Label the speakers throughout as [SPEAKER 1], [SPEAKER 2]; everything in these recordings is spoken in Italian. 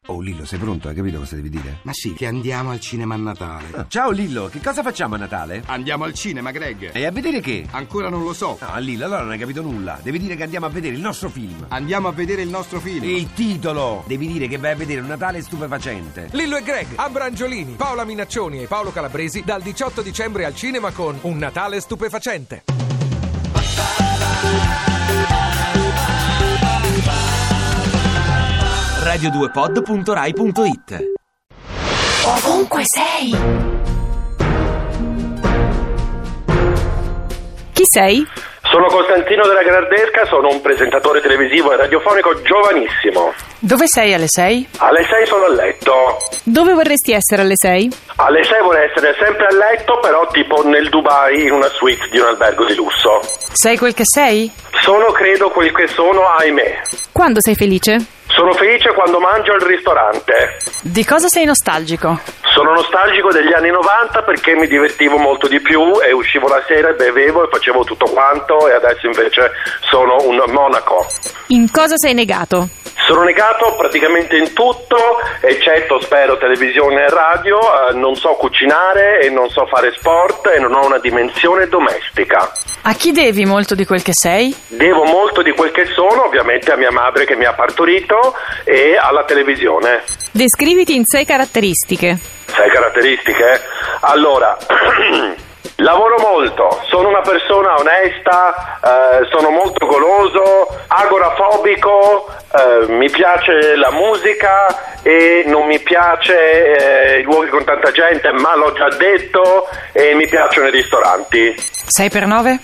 [SPEAKER 1] Oh Lillo, sei pronto? Hai capito cosa devi dire?
[SPEAKER 2] Ma sì, che andiamo al cinema a Natale.
[SPEAKER 1] Ciao Lillo, che cosa facciamo a Natale?
[SPEAKER 2] Andiamo al cinema, Greg.
[SPEAKER 1] E a vedere che?
[SPEAKER 2] Ancora non lo so.
[SPEAKER 1] No, Lillo, allora non hai capito nulla. Devi dire che andiamo a vedere il nostro film.
[SPEAKER 2] Andiamo a vedere il nostro film.
[SPEAKER 1] Il titolo! Devi dire che vai a vedere un Natale stupefacente.
[SPEAKER 3] Lillo e Greg, Ambra Angiolini, Paola Minaccioni e Paolo Calabresi dal 18 dicembre al cinema con Un Natale stupefacente.
[SPEAKER 4] radio2pod.rai.it.
[SPEAKER 5] Ovunque sei.
[SPEAKER 6] Chi sei?
[SPEAKER 7] Sono Costantino della Gradesca, sono un presentatore televisivo e radiofonico giovanissimo.
[SPEAKER 6] Dove sei alle 6?
[SPEAKER 7] Alle 6 sono a letto.
[SPEAKER 6] Dove vorresti essere alle 6?
[SPEAKER 7] Alle 6 vorrei essere sempre a letto, però tipo nel Dubai, in una suite di un albergo di lusso.
[SPEAKER 6] Sei quel che sei?
[SPEAKER 7] Sono, credo, quel che sono, ahimè.
[SPEAKER 6] Quando sei felice?
[SPEAKER 7] Sono felice quando mangio al ristorante.
[SPEAKER 6] Di cosa sei nostalgico?
[SPEAKER 7] Sono nostalgico degli anni 90 perché mi divertivo molto di più e uscivo la sera e bevevo e facevo tutto quanto, e adesso invece sono un monaco.
[SPEAKER 6] In cosa sei negato?
[SPEAKER 7] Sono negato praticamente in tutto, eccetto, spero, televisione e radio. Non so cucinare e non so fare sport e non ho una dimensione domestica.
[SPEAKER 6] A chi devi molto di quel che sei?
[SPEAKER 7] Devo molto di quel che sono, ovviamente, a mia madre che mi ha partorito e alla televisione.
[SPEAKER 6] Descriviti in 6 caratteristiche.
[SPEAKER 7] 6 caratteristiche? Allora... Lavoro molto, sono una persona onesta, sono molto goloso, agorafobico, mi piace la musica e non mi piace i luoghi con tanta gente, ma l'ho già detto, e mi piacciono i ristoranti.
[SPEAKER 6] 6 per 9?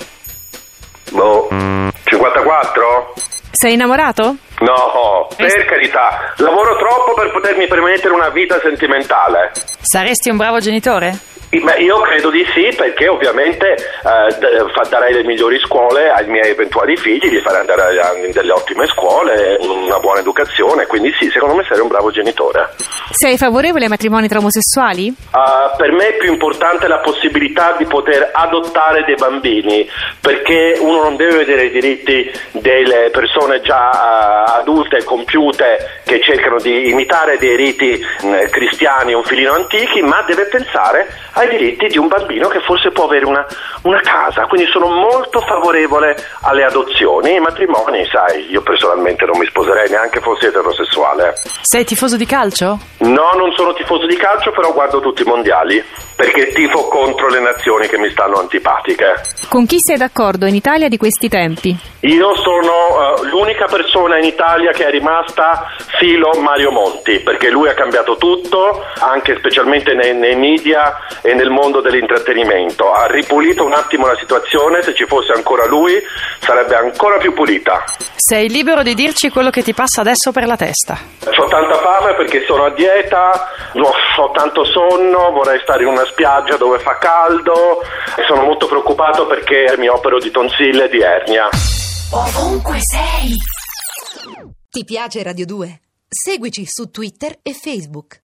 [SPEAKER 7] 54?
[SPEAKER 6] Sei innamorato?
[SPEAKER 7] No, per carità, lavoro troppo per potermi permettere una vita sentimentale.
[SPEAKER 6] Saresti un bravo genitore?
[SPEAKER 7] Beh, io credo di sì, perché ovviamente darei le migliori scuole ai miei eventuali figli, li farei andare in delle ottime scuole, una buona educazione, quindi sì, secondo me sarei un bravo genitore.
[SPEAKER 6] Sei favorevole ai matrimoni tra omosessuali?
[SPEAKER 7] Per me è più importante la possibilità di poter adottare dei bambini, perché uno non deve vedere i diritti delle persone già adulte e compiute che cercano di imitare dei riti cristiani un filino antichi, ma deve pensare ai diritti di un bambino che forse può avere una casa. Quindi sono molto favorevole alle adozioni e ai matrimoni. Sai, io personalmente non mi sposerei neanche fossi eterosessuale.
[SPEAKER 6] Sei tifoso di calcio?
[SPEAKER 7] No, non sono tifoso di calcio, però guardo tutti i mondiali, perché tifo contro le nazioni che mi stanno antipatiche.
[SPEAKER 6] Con chi sei d'accordo in Italia di questi tempi?
[SPEAKER 7] Io sono l'unica persona in Italia che è rimasta filo Mario Monti, perché lui ha cambiato tutto, anche specialmente nei media e nel mondo dell'intrattenimento. Ha ripulito un attimo la situazione, se ci fosse ancora lui sarebbe ancora più pulita.
[SPEAKER 6] Sei libero di dirci quello che ti passa adesso per la testa.
[SPEAKER 7] Ho tanta fame perché sono a dieta, ho tanto sonno, vorrei stare in una spiaggia dove fa caldo, sono molto preoccupato perché mi opero di tonsille e di ernia.
[SPEAKER 5] Ovunque sei.
[SPEAKER 8] Ti piace Radio 2? Seguici su Twitter e Facebook.